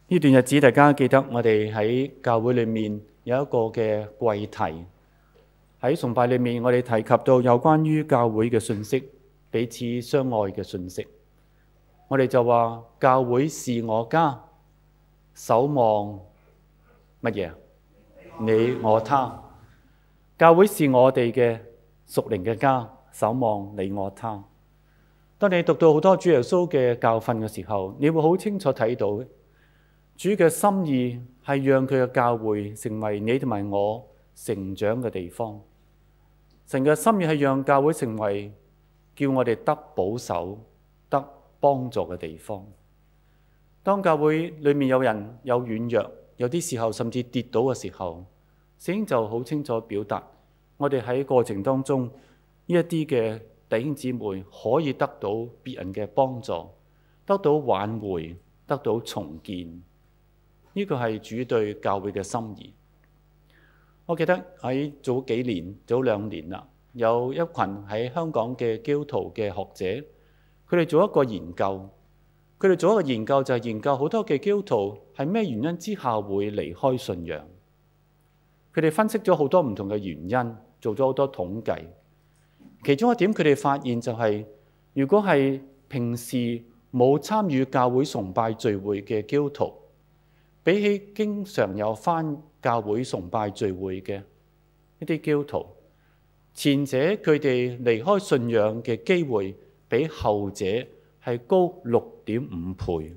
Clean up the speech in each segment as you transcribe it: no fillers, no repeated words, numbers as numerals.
呢段日子，大家記得我哋喺教會裏面有一個嘅季題，喺崇拜裏面我哋提及到有關於教會嘅信息，彼此相愛嘅信息。我哋就話教會是我家，守望乜嘢？你我他。教會是我哋嘅屬靈嘅家，守望你我他。當你讀到好多主耶穌嘅教訓嘅時候，你會好清楚睇到主嘅心意係讓佢嘅教會成為你同埋我成長嘅地方。神嘅心意係讓教會成為叫我哋得保守、得幫助嘅地方。當教會裏面有人有軟弱，有啲時候甚至跌倒嘅時候，聖經就好清楚表達，我哋喺過程當中呢一啲嘅弟兄姊妹可以得到別人嘅幫助，得到挽回，得到重建。呢個係主對教會嘅心意。我記得喺早兩年啦，有一群喺香港嘅基督徒嘅學者，佢哋做一個研究。佢哋做一個研究就係研究好多嘅基督徒係咩原因之下會離開信仰。佢哋分析咗好多唔同嘅原因，做咗好多統計。其中一點佢哋發現就係，如果係平時冇參與教會崇拜聚會嘅基督徒，比起經常有返教會崇拜聚會嘅一啲基督徒，前者佢哋離開信仰嘅機會比後者係高6.5倍。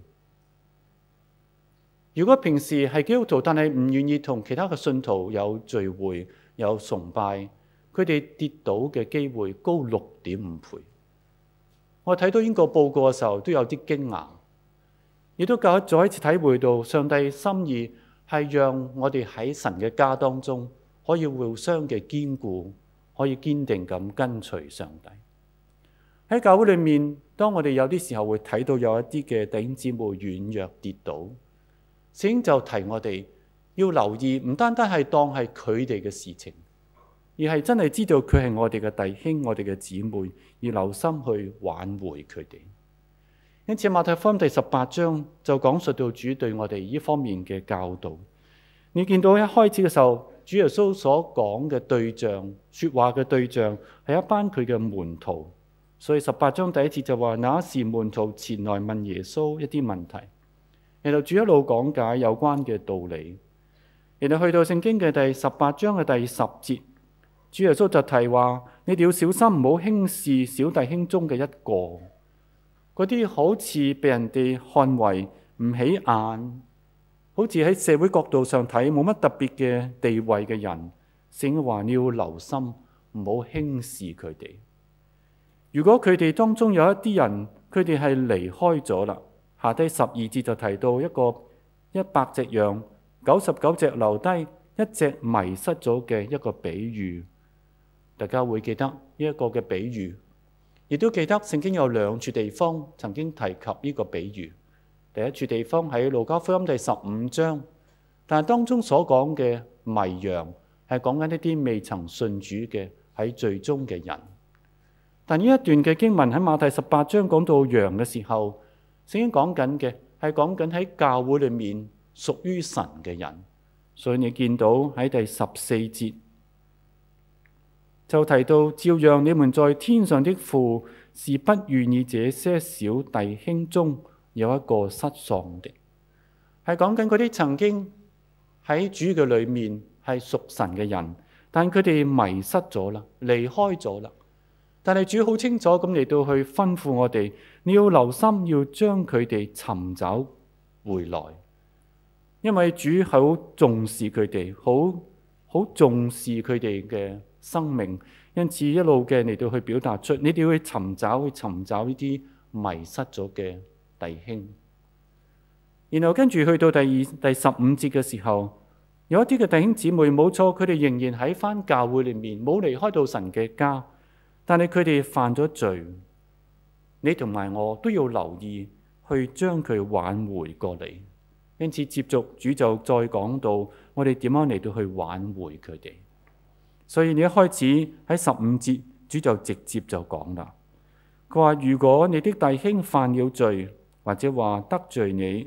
如果平時係基督徒，但係唔願意同其他嘅信徒有聚會、有崇拜，佢哋跌倒嘅機會高6.5倍。我睇到呢個報告嘅時候都有啲驚訝，亦都再一次體會到上帝心意係讓我哋喺神嘅家當中可以互相嘅堅固，可以堅定咁跟隨上帝。喺教會裏面，當我哋有啲時候會睇到有一啲嘅弟兄姊妹軟弱跌倒，聖經就提我哋要留意，唔單單係當係佢哋嘅事情，而係真係知道佢係我哋嘅弟兄、我哋嘅姊妹，要留心去挽回佢哋。因此馬太福音第18章就講述到主對我哋呢方面嘅教導。你見到一開始嘅時候，主耶穌所講嘅對象、說話嘅對象係一班佢嘅門徒。所以18章第一節就話，那時門徒前來問耶穌一啲問題，然後主一路講解有關嘅道理。然後去到聖經嘅第18章嘅第10節，主耶穌就提話，你哋要小心，唔好輕視小弟兄中嘅一個，嗰啲好似被人哋看為唔起眼，好似喺社會角度上睇冇乜特別嘅地位嘅人，聖經話你要留心，唔好輕視佢哋。如果佢哋當中有一啲人，佢哋係離開咗啦，下低12節就提到一個100隻羊，99隻留低，一隻迷失咗嘅一個比喻。大家會記得呢一個嘅比喻，亦都記得聖經有2處地方曾經提及呢個比喻。第一處地方喺路加福音第15章，但係當中所講嘅迷羊係講緊一啲未曾信主嘅喺罪中嘅人。但呢一段嘅經文喺馬太18章講到羊嘅時候，聖經講緊嘅係講緊喺教會裏面屬於神嘅人。所以你見到喺第14節就提到，照樣你們在天上的父是不願意這些小弟兄中有一個失喪的。係講緊嗰啲曾經喺主嘅裏面係屬神嘅人，但佢哋迷失咗啦，離開咗啦。但係主好清楚咁嚟到去吩咐我哋，你要留心，要將佢哋尋找回來，因為主好重視佢哋，好重視佢哋嘅生命，因此一路嘅嚟到去表達出，你哋要去尋找呢啲迷失咗嘅弟兄。然後跟住去到第15節嘅時候，有一啲嘅弟兄姊妹冇錯，佢哋仍然喺返教會裏面，冇離開到神嘅家。但係佢哋犯咗罪，你同埋我都要留意去將佢挽回過嚟。因此接續主就再講到我哋點樣嚟到去挽回佢哋。所以你一開始喺15節，主就直接就講啦。佢話，如果你的弟兄犯了罪，或者話得罪你，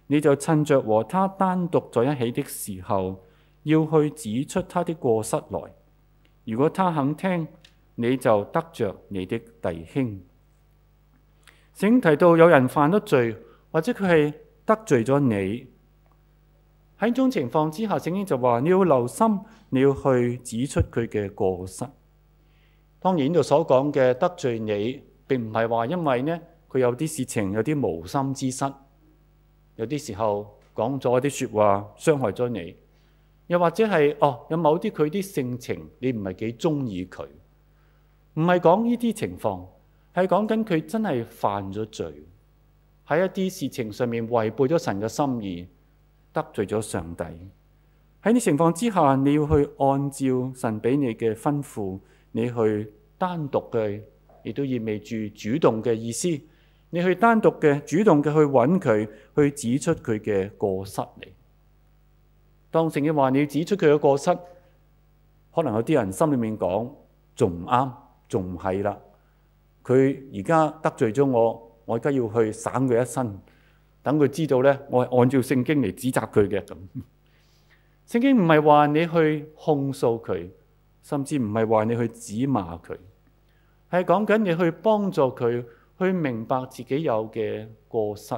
你就趁着和他單獨在一起的時候，要去指出他的過失來。如果他肯聽，你就得着你的弟兄。聖經提到有人犯咗罪，或者佢係得罪咗你，喺呢種情況之下，聖經就話你要留心，你要去指出佢嘅過失。 當然呢度所講嘅得罪你，並唔係話因為呢佢有啲事情有啲無心之失，有啲時候講咗啲説話傷害咗你，又或者係有某啲佢啲性情你唔係幾中意佢，唔係講呢啲情況，係講緊佢真係犯咗罪，喺一啲事情上面違背咗神嘅心意，得罪咗上帝。喺呢情況之下，你要去按照神俾你嘅吩咐，你去單獨嘅，亦都意味住主動嘅意思。你去單獨嘅、主動嘅去揾佢，去指出佢嘅過失嚟。當聖經話你要指出佢嘅過失，可能有啲人心裏面講仲唔啱，仲唔係啦。佢而家得罪咗我，我而家要去省佢一身，等佢知道呢，我係按照聖經嚟指責佢嘅咁。聖經唔係話你去控訴佢，甚至唔係話你去指罵佢，係講緊你去幫助佢去明白自己有嘅過失，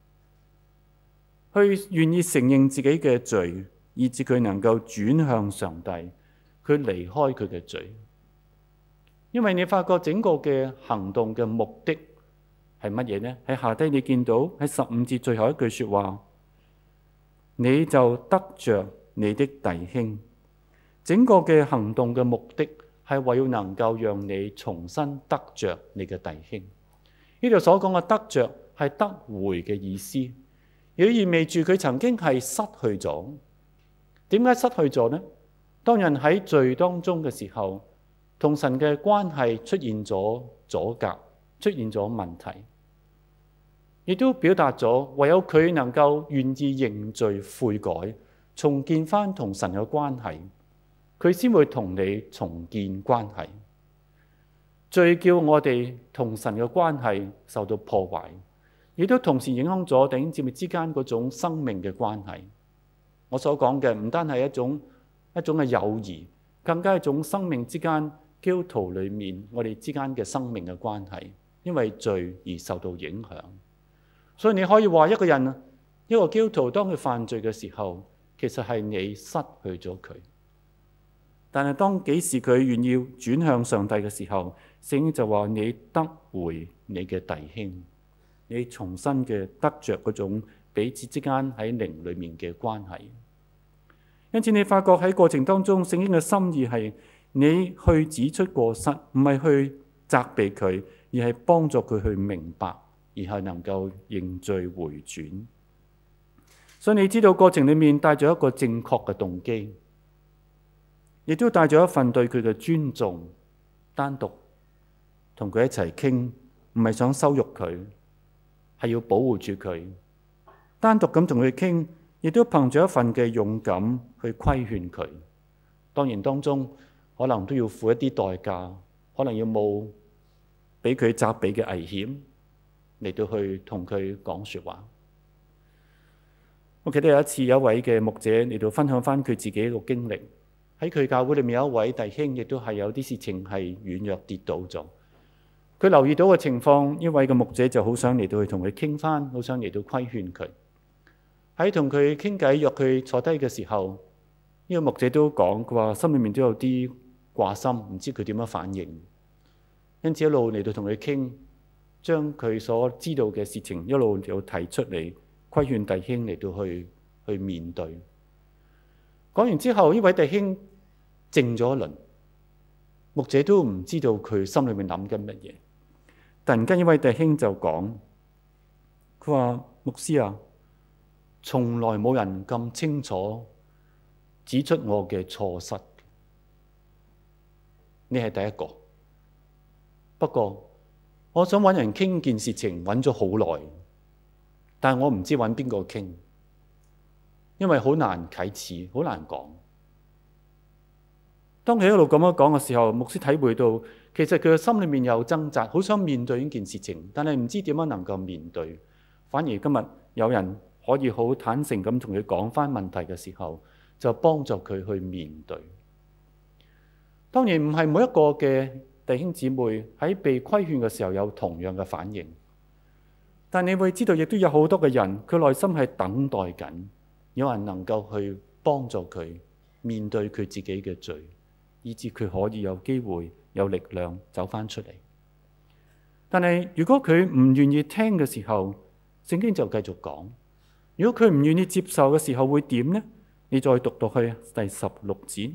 去願意承認自己嘅罪，以致佢能夠轉向上帝，佢離開佢嘅罪。因為你發覺整個嘅行動嘅目的係乜嘢呢？喺下低你見到喺15節最後一句說話，你就得着你的弟兄。整個嘅行動嘅目的係為要能夠讓你重新得着你嘅弟兄。呢度所講嘅得着係得回嘅意思，亦都意味住佢曾經係失去咗。點解失去咗呢？當人喺罪當中嘅時候，同神嘅關係出現咗阻隔，出現咗問題，亦都表達咗唯有佢能夠願意認罪悔改，重建翻同神嘅關係，佢先會同你重建關係。罪叫我哋同神嘅關係受到破壞，亦都同時影響咗弟兄姊妹之間嗰種生命嘅關係。我所講嘅唔單係一種嘅友誼，更加係一種生命之間基督徒裏面我哋之間嘅生命嘅關係，因為罪而受到影響。所以你可以話一個人，一個基督徒當佢犯罪嘅時候，其實係你失去咗佢。但係當幾時佢願意轉向上帝嘅時候，聖經就話你得回你嘅弟兄，你重新嘅得着嗰種彼此之間喺靈裏面嘅關係。因此你發覺喺過程當中，聖經嘅心意係你去指出過失，唔係去責備佢，而係幫助佢去明白，而係能夠認罪回轉。所以你知道過程裏面帶咗一個正確嘅動機，亦都帶咗一份對佢嘅尊重，單獨同佢一齊傾，唔係想羞辱佢，係要保護住佢。單獨咁同佢傾，亦都憑住一份嘅勇敢去規勸佢。當然當中可能都要付一啲代價，可能要冒俾佢責備嘅危險嚟到去同佢講說話。我記得有一次有一位嘅牧者嚟到分享翻佢自己一個經歷。喺佢教會裏面有一位弟兄，亦都係有啲事情係軟弱跌倒咗。佢留意到嘅情況，呢位嘅牧者就好想嚟到去同佢傾翻，好想嚟到規勸佢。喺同佢傾偈約佢坐低嘅時候，呢個牧者都講，佢話心裏面都有啲掛心，唔知佢點樣反應。因此一路嚟到同佢傾，將佢所知道嘅事情一路有提出嚟規勸弟兄嚟到去面對。講完之後，呢位弟兄靜咗一輪，牧者都唔知道佢心裏面諗緊乜嘢。突然間，呢位弟兄就講，佢話：牧師啊，從來冇人咁清楚指出我嘅錯失，你係第一個。不過，我想揾人傾件事情，揾咗好耐，但係我唔知揾邊個傾。因為好難啟齒，好難講。當佢一路咁樣講嘅時候，牧師體會到，其實佢嘅心裏面有掙扎，好想面對呢件事情，但係唔知點樣能夠面對。反而今日有人可以好坦誠咁同佢講翻問題嘅時候，就幫助佢去面對。當然唔係每一個嘅弟兄姊妹喺被規勸嘅時候有同樣嘅反應，但你會知道亦都有好多嘅人，佢內心係等待緊有人能夠去幫助佢面對佢自己嘅罪，以致佢可以有機會有力量走翻出嚟。但係如果佢唔願意聽嘅時候，聖經就繼續講。如果佢唔願意接受嘅時候會點呢？你再讀到去第16節。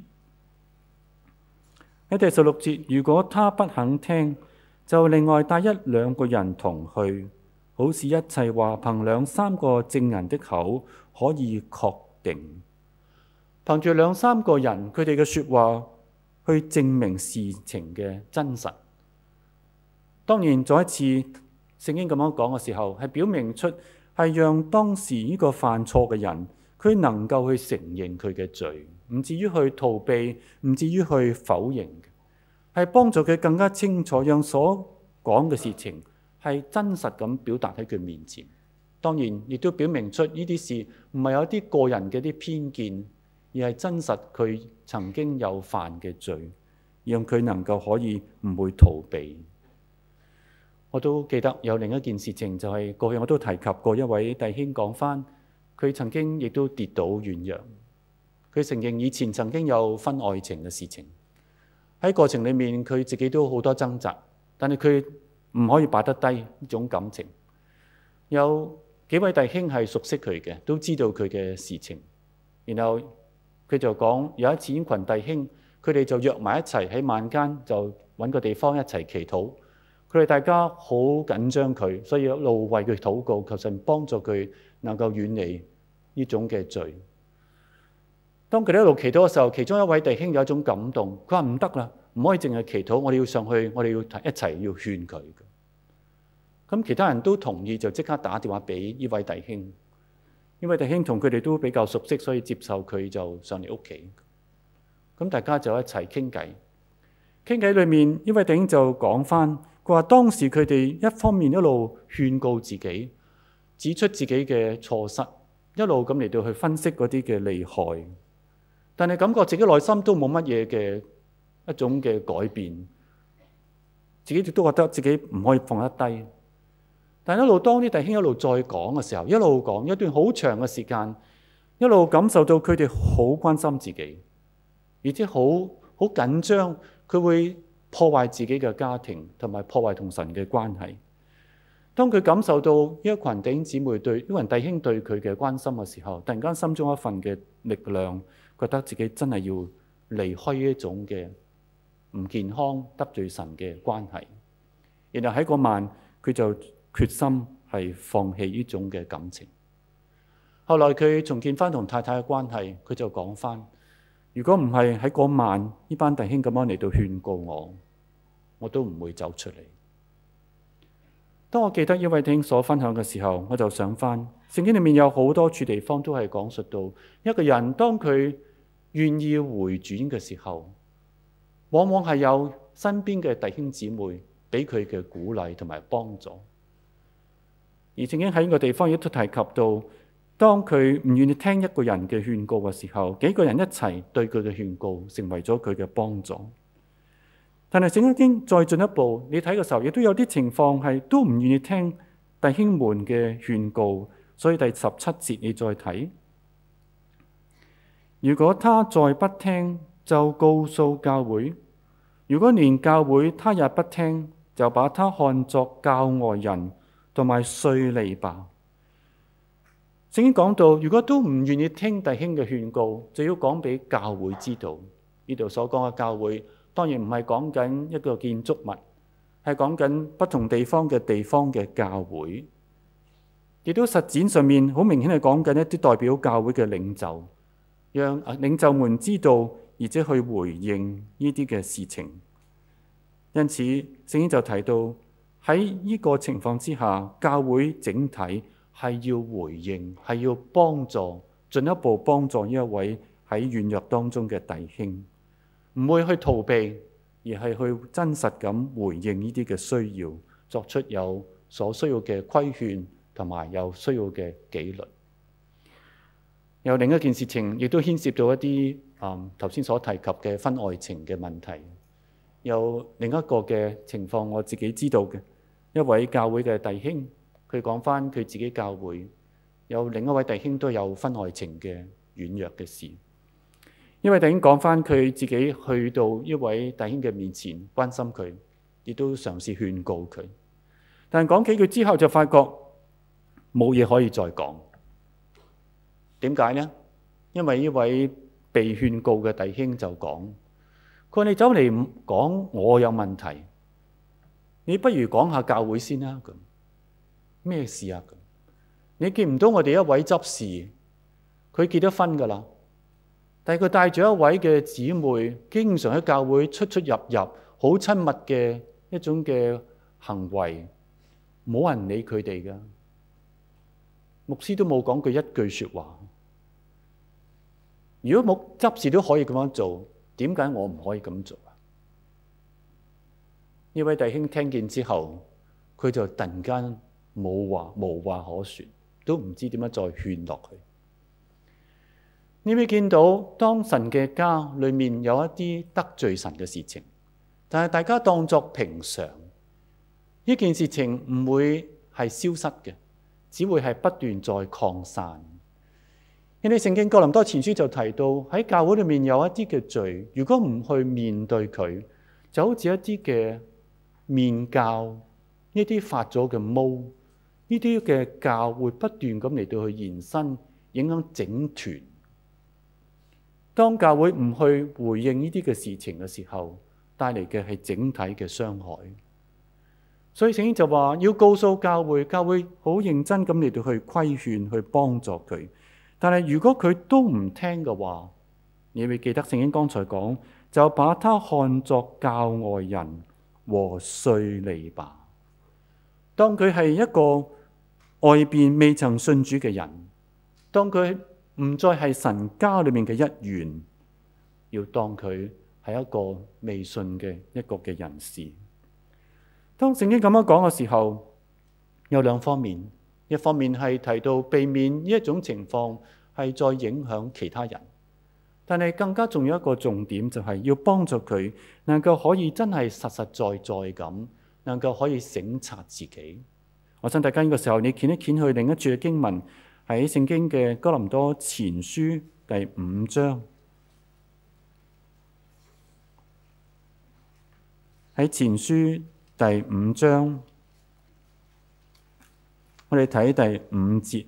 喺第16節，如果他不肯聽，就另外帶1、2個人同去，好使一切話憑2、3個證人的口可以確定。憑住2、3個人佢哋嘅說話去證明事情嘅真實。當然再一次聖經咁樣講嘅時候，係表明出係讓當時呢個犯錯嘅人，佢能夠去承認佢嘅罪，唔至於去逃避，唔至於去否認，係幫助佢更加清楚，讓所講嘅事情係真實咁表達喺佢面前。當然亦都表明出呢啲事唔係有啲個人嘅啲偏見，而係真實佢曾經有犯嘅罪，讓佢能夠可以唔會逃避。我都記得有另一件事情，就係過去我都提及過一位弟兄講返，佢曾經亦都跌倒軟弱，佢承認以前曾經有婚外情嘅事情，喺過程裡面佢自己都好多掙扎，但係佢唔可以擺得低呢種感情。有幾位弟兄係熟悉佢嘅，都知道佢嘅事情，然後佢就講有一次呢群弟兄佢哋就約埋一齊喺晚間就揾個地方一齊祈禱。佢哋大家好緊張佢，所以一路為佢禱告，求神幫助佢能夠遠離呢種嘅罪。當佢哋一路祈禱嘅時候，其中一位弟兄有一種感動，佢話唔得啦，唔可以淨係祈禱，我哋要上去，我哋要一齊要勸佢。咁其他人都同意，就即刻打電話俾呢位弟兄。呢位弟兄同佢哋都比較熟悉，所以接受佢就上嚟屋企。咁大家就一齊傾偈。傾偈裏面，呢位弟兄就講返。佢話當時佢哋一方面一路勸告自己，指出自己嘅錯失，一路咁嚟到去分析嗰啲嘅利害，但係感覺自己內心都冇乜嘢嘅一種嘅改變，自己亦都覺得自己唔可以放得低。但係一路當啲弟兄一路再講嘅時候，一路講一段好長嘅時間，一路感受到佢哋好關心自己，而且好緊張，佢會破壞自己嘅家庭，同埋破壞同神嘅關係。當佢感受到呢一群弟兄姊妹對呢群弟兄對佢嘅關心嘅時候，突然間心中一份嘅力量，覺得自己真係要離開呢一種嘅唔健康得罪神嘅關係。然後喺嗰晚，佢就決心係放棄呢種嘅感情。後來佢重建翻同太太嘅關係，佢就講翻。如果唔係喺嗰晚呢班弟兄咁樣嚟到勸告我都唔會走出嚟。當我記得呢位弟兄所分享嘅時候，我就想翻聖經裏面有好多處地方都係講述到一個人當佢願意回轉嘅時候，往往係有身邊嘅弟兄姊妹俾佢嘅鼓勵同埋幫助。而聖經喺呢個地方亦都提及到，當佢唔願意聽一個人嘅勸告嘅時候，幾個人一齊對佢嘅勸告成為咗佢嘅幫助。但係聖經再進一步，你睇嘅時候，亦都有啲情況係都唔願意聽弟兄們嘅勸告。所以第17節你再睇，如果他再不聽，就告訴教會；如果連教會他也不聽，就把他看作教外人，同埋稅吏吧。聖經講到，如果都唔願意聽弟兄嘅勸告，就要講俾教會知道。呢度所講嘅教會，當然唔係講緊一個建築物，係講緊不同地方嘅教會。亦都實踐上面好明顯係講緊一啲代表教會嘅領袖，讓領袖們知道，而且去回應呢啲嘅事情。因此，聖經就提到喺呢個情況之下，教會整體係要回應，係要幫助，進一步幫助呢一位喺軟弱當中嘅弟兄，唔會去逃避，而係去真實咁回應呢啲嘅需要，作出有所需要嘅規勸同埋有需要嘅紀律。 有另一件事情，亦都牽涉到一啲頭先所提及嘅婚外情嘅問題。有另一個嘅情況，我自己知道嘅一位教會嘅弟兄，佢講返佢自己教會有另一位弟兄都有婚外情嘅軟弱嘅事。一位弟兄講返佢自己去到一位弟兄嘅面前關心佢，亦都嘗試勸告佢，但講幾句之後就發覺冇嘢可以再講。點解呢？因為呢位被勸告嘅弟兄就講：佢話你走嚟講我有問題，你不如講下教會先啦。咁咩事啊？咁你見唔到我哋一位執事，佢結咗婚噶啦，但係佢帶住一位嘅姊妹，經常喺教會出出入入，好親密嘅一種嘅行為，冇人理佢哋噶。牧師都冇講佢一句說話。如果冇執事都可以咁樣做，點解我唔可以咁做啊？呢位弟兄聽見之後，佢就突然間無話可說，都唔知點樣再勸落去。你會見到當神嘅家裏面有一啲得罪神嘅事情，但係大家當作平常，呢件事情唔會係消失嘅，只會係不斷再擴散。因為聖經哥林多前書就提到喺教會裏面有一啲嘅罪，如果唔去面對佢，就好似一啲嘅面教，呢啲發咗嘅毛，呢啲嘅教會不斷咁嚟到去延伸，影響整團。當教會唔去回應呢啲嘅事情嘅時候，帶嚟嘅係整體嘅傷害。所以聖經就話要告訴教會，教會好認真咁嚟到去規勸，去幫助佢。但係如果佢都唔聽嘅話，你會記得聖經剛才講，就把他看作教外人和稅吏吧。當佢係一個外邊未曾信主嘅人，當佢唔再係神家裏面嘅一員，要當佢係一個未信嘅一個嘅人士。當聖經咁樣講嘅時候，有兩方面。一方面係提到避免呢一種情況係再影響其他人，但係更加重要一個重點就係要幫助佢能夠可以真係實實在在咁，能夠可以省察自己。我想大家呢個時候你掀一掀去另一處嘅經文，喺聖經嘅哥林多前書第5章，喺前書第5章。我哋睇第5節，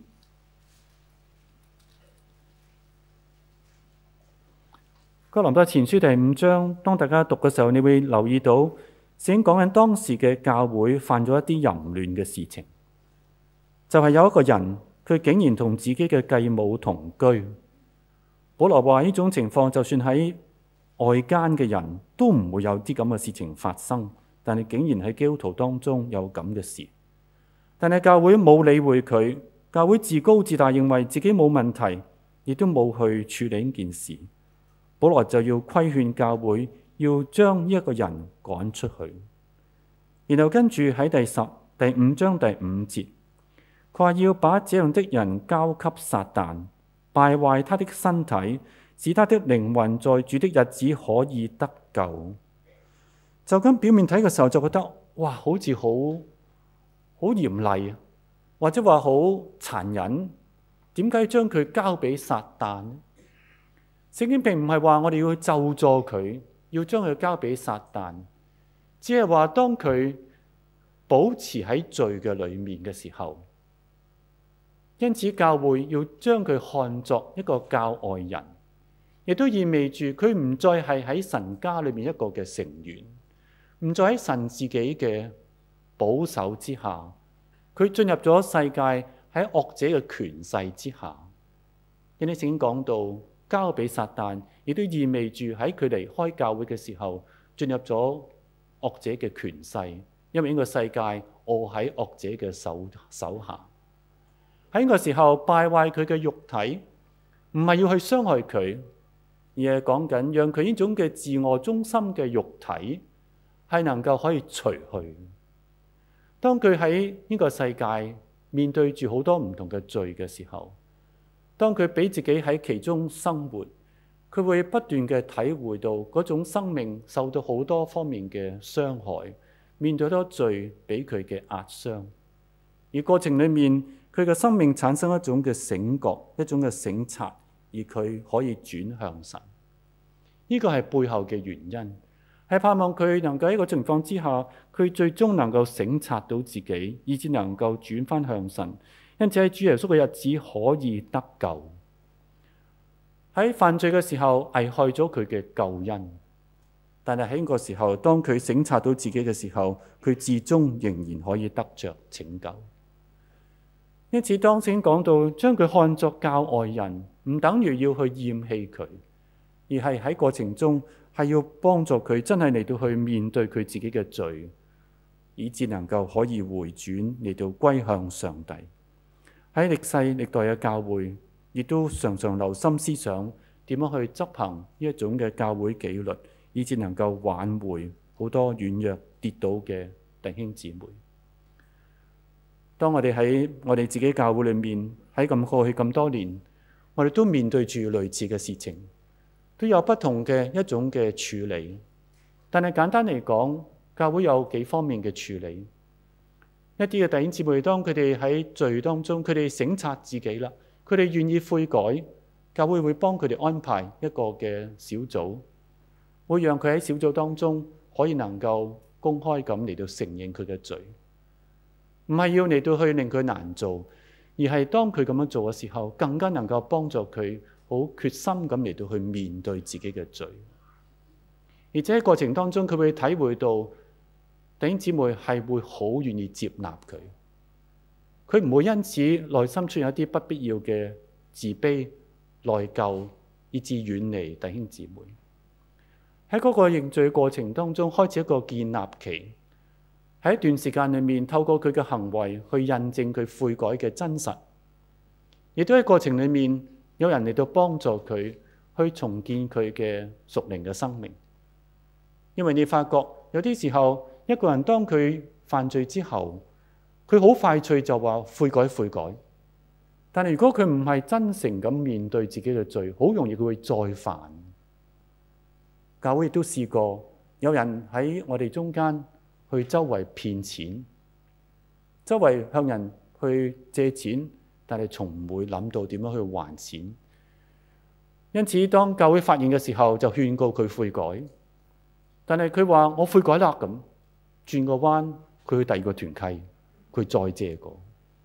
哥林多前書第5章。當大家讀嘅時候，你會留意到聖經講緊當時嘅教會犯咗一啲淫亂嘅事情，就係有一個人佢竟然同自己嘅繼母同居。保羅話呢種情況就算喺外間嘅人都唔會有啲咁嘅事情發生，但係竟然喺基督徒當中有咁嘅事。但係教會冇理會佢，教會自高自大，認為自己冇問題，亦都冇去處理呢件事。保羅就要規勸教會，要將呢一個人趕出去。然後跟住喺第5章第5節，佢話要把這樣的人交給撒旦，敗壞他的身體，使他的靈魂在主的日子可以得救。就咁表面睇嘅時候就覺得，哇，好似好嚴厲，或者話好殘忍，點解將佢交俾撒旦呢？聖經並唔係話我哋要去咒詛佢，要將佢交俾撒旦，只係話當佢保持喺罪嘅裏面嘅時候，因此教會要將佢看作一個教外人，亦都意味住佢唔再係喺神家裏面一個嘅成員，唔再喺神自己嘅保守之下，佢進入咗世界喺惡者嘅權勢之下。因為聖經講到交俾撒旦，亦都意味住喺佢離開教會嘅時候，進入咗惡者嘅權勢。因為呢個世界臥喺惡者嘅手下。喺呢個時候敗壞佢嘅肉體，唔係要去傷害佢，而係講緊讓佢呢種嘅自我中心嘅肉體係能夠可以除去。當佢喺呢個世界面對住好多唔同嘅罪嘅時候， 當佢俾自己喺其中生活，佢會不斷嘅體會到嗰種生命受到好多方面嘅傷害，面對多罪俾佢嘅壓傷。而過程裡面，佢嘅生命產生一種嘅醒覺，一種嘅省察，而佢可以轉向神。呢個係背後嘅原因，係盼望佢能夠喺個情況之下，佢最終能夠省察到自己，以至能夠轉翻向神。因此喺主耶穌嘅日子可以得救。喺犯罪嘅時候危害咗佢嘅救恩，但係喺呢個時候，當佢省察到自己嘅時候，佢至終仍然可以得着拯救。因此當先講到將佢看作教外人，唔等於要去厭棄佢，而係喺過程中係要幫助佢真係嚟到去面對佢自己嘅罪，以致能夠可以回轉嚟到歸向上帝。喺歷世歷代嘅教會，亦都常常留心思想點樣去執行呢一種嘅教會紀律，以致能夠挽回好多軟弱跌倒嘅弟兄姊妹。當我哋喺我哋自己教會裏面，喺過去咁多年，我哋都面對住類似嘅事情，都有不同嘅一種嘅處理。但係簡單嚟講，教會有幾方面嘅處理。一啲嘅弟兄姊妹，當佢哋喺罪當中，佢哋省察自己啦，佢哋願意悔改，教會會幫佢哋安排一個嘅小組，會讓佢喺小組當中可以能夠公開咁嚟到承認佢嘅罪，唔係要嚟到去令佢難做，而係當佢咁樣做嘅時候，更加能夠幫助佢好決心咁嚟到去面對自己嘅罪。而且喺過程當中，佢會體會到弟兄姊妹係會好願意接納佢，佢唔會因此內心出現一啲不必要嘅自卑、內疚，以致遠離弟兄姊妹。喺嗰個認罪過程當中，開始一個建立期，喺一段時間裏面，透過佢嘅行為去印證佢悔改嘅真實，亦都喺過程裏面有人嚟到幫助佢去重建佢嘅屬靈嘅生命。因為你發覺有啲時候，一個人當佢犯罪之後，佢好快脆就話悔改悔改，但係如果佢唔係真誠咁面對自己嘅罪，好容易佢會再犯。教會亦都試過有人喺我哋中間去周圍騙錢，周圍向人去借錢，但係從唔會諗到點樣去還錢。因此當教會發現嘅時候，就勸告佢悔改。但係佢話我悔改啦，咁轉個彎，佢去第二個團契，佢再借過。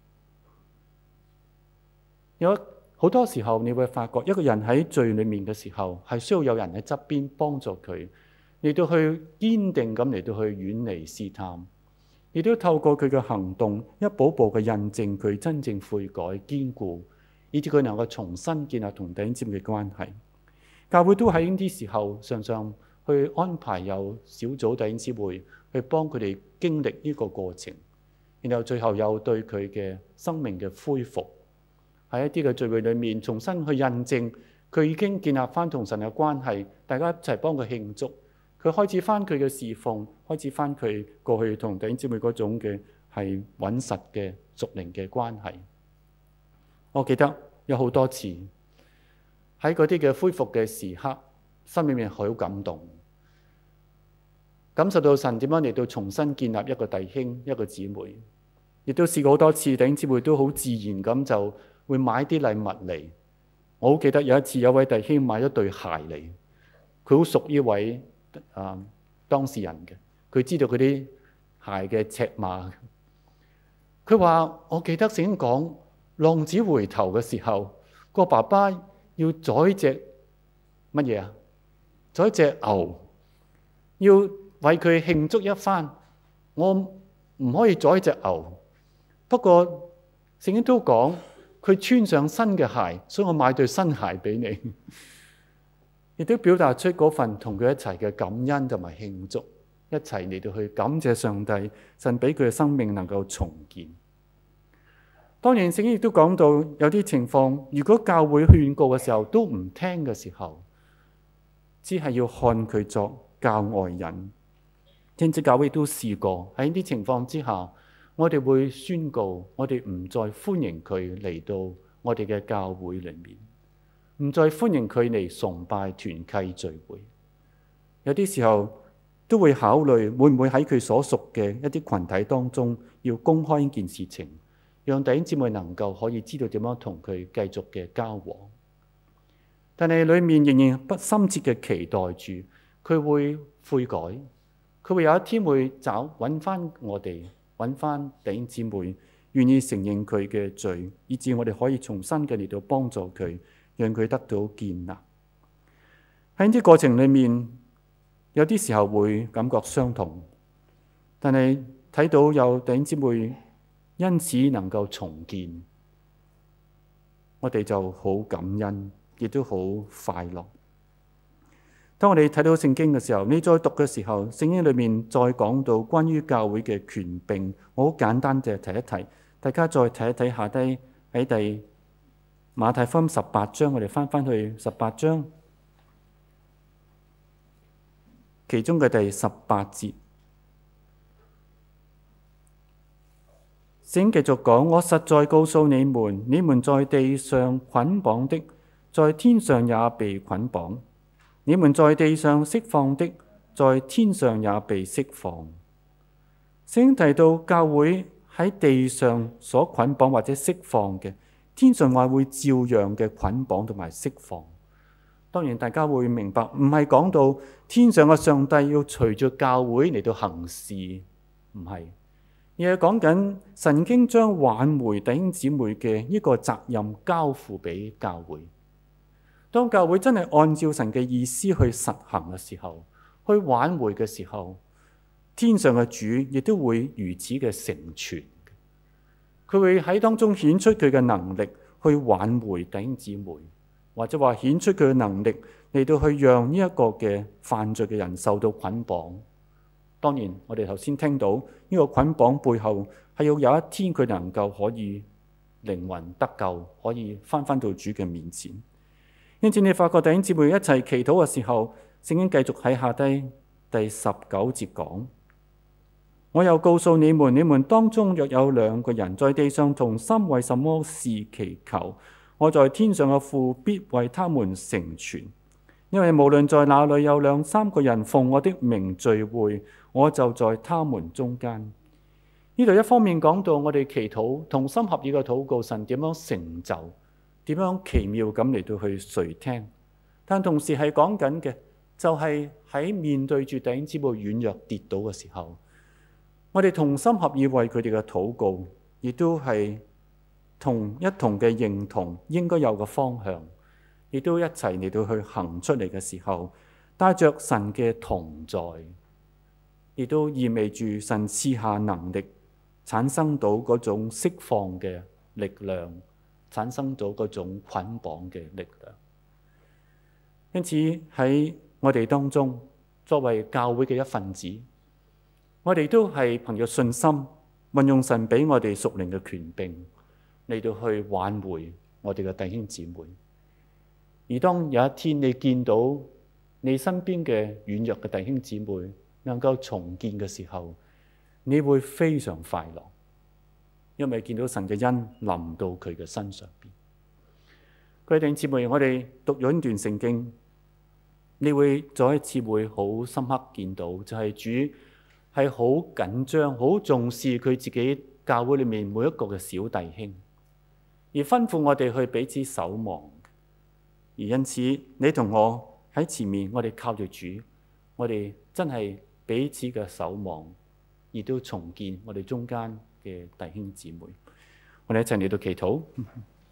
有好多時候你會發覺，一個人喺罪裏面嘅時候，係需要有人喺側邊幫助佢，嚟到去堅定咁嚟到去遠離試探，亦都透過佢嘅行動，一步步嘅印證佢真正悔改堅固，以至佢能夠重新建立同弟兄姊妹嘅關係。教會都喺呢啲時候常常去安排有小組弟兄姊妹去幫佢哋經歷呢個過程，然後最後有對佢嘅生命嘅恢復，喺一啲嘅聚會裏面重新去印證佢已經建立翻同神嘅關係，大家一齊幫佢慶祝，佢開始翻佢嘅侍奉，開始翻佢過去同弟兄姊妹嗰種嘅係穩實嘅屬靈嘅關係。我記得有好多次喺嗰啲嘅恢復嘅時刻，心裏面好感動，感受到神點樣嚟到重新建立一個弟兄一個姊妹，亦都試過好多次弟兄姊妹都好自然咁就會買啲禮物嚟。我好記得有一次有位弟兄買咗對鞋嚟，佢好熟呢位當事人嘅，佢知道佢啲鞋嘅尺碼。佢話我記得聖經講浪子回頭嘅時候，個爸爸要宰隻乜嘢啊？宰隻牛，要為佢慶祝一番。我唔可以宰隻牛，不過聖經都講佢穿上新嘅鞋，所以我買對新鞋俾你。亦都表達出嗰份同佢一齊嘅感恩同埋慶祝，一齊嚟到去感謝上帝，神俾佢嘅生命能夠重建。當然聖經亦都講到有啲情況，如果教會勸告嘅時候都唔聽嘅時候，只係要看佢作教外人。因此教會都試過喺呢啲情況之下，我哋會宣告我哋唔再歡迎佢嚟到我哋嘅教會裏面，唔再歡迎佢嚟崇拜團契聚會。有啲時候都會考慮會唔會喺佢所屬嘅一啲群體當中要公開呢件事情，讓弟兄姊妹能夠可以知道點樣同佢繼續嘅交往。但係裏面仍然不深切嘅期待住佢會悔改，佢會有一天會揾翻我哋，揾翻弟兄姊妹願意承認佢嘅罪，以致我哋可以重新嘅嚟到幫助佢，讓佢得到建立。喺呢啲過程裏面，有啲時候會感覺傷痛，但係睇到有弟兄姊妹因此能夠重建，我哋就好感恩，亦都好快樂。當我哋睇到聖經嘅時候，你再讀嘅時候，聖經裏面再講到關於教會嘅權柄，我好簡單嘅提一提，大家再睇一睇下低喺第馬太福音18章，我哋翻去18章。其中嘅第18節，聖經繼續講：我實在告訴你們，你們在地上捆綁的，在天上也被捆綁；你們在地上釋放的，在天上也被釋放。聖經提到教會喺地上所捆綁或者釋放嘅，天上話會照樣嘅捆綁同埋釋放。當然大家會明白，唔係講到天上嘅上帝要隨住教會嚟到行事，唔係，而係講緊神經將挽回弟兄姊妹嘅呢個責任交付俾教會。當教會真係按照神嘅意思去實行嘅時候，去挽回嘅時候，天上嘅主亦都會如此嘅成全。佢會喺當中顯出佢嘅能力去挽回弟兄姊妹。或者話顯出佢嘅能力嚟到去讓呢一個嘅犯罪嘅人受到捆綁。當然，我哋頭先聽到呢個捆綁背後係要有一天佢能夠可以靈魂得救，可以翻到主嘅面前。因此你發覺弟兄姊妹一齊祈禱嘅時候，聖經繼續喺下低第19節講：我又告訴你們，你們當中若有2個人在地上同心為什麼事祈求，我在天上嘅父必為他們成全，因為無論在哪裏有2、3個人奉我的名聚會，我就在他們中間。呢度一方面講到我哋祈禱同心合意嘅禱告，神點樣成就，點樣奇妙咁嚟到去垂聽，但同時係講緊嘅就係喺面對住弟兄姊妹軟弱跌倒嘅時候，我哋同心合意為佢哋嘅禱告，亦都係一同嘅認同應該有個方向，亦都一齊嚟到去行出嚟嘅時候，帶着神嘅同在，亦都意味住神賜下能力，產生到嗰種釋放嘅力量，產生到嗰種捆綁嘅力量。因此喺我哋當中，作為教會嘅一份子，我哋都係憑着信心運用神俾我哋屬靈嘅權柄，嚟到去挽回我哋嘅弟兄姊妹。而當有一天你見到你身邊嘅軟弱嘅弟兄姊妹能夠重建嘅時候，你會非常快樂，因為見到神嘅恩臨到佢嘅身上邊。各位弟兄姊妹，我哋讀咗呢段聖經，你會再一次會好深刻見到，就係主係好緊張、好重視佢自己教會裏面每一個嘅小弟兄，而吩咐我哋去彼此守望。而因此，你同我喺前面，我哋靠住主，我哋真係彼此嘅守望，亦都重建我哋中間嘅弟兄姊妹。我哋一齊嚟到祈禱。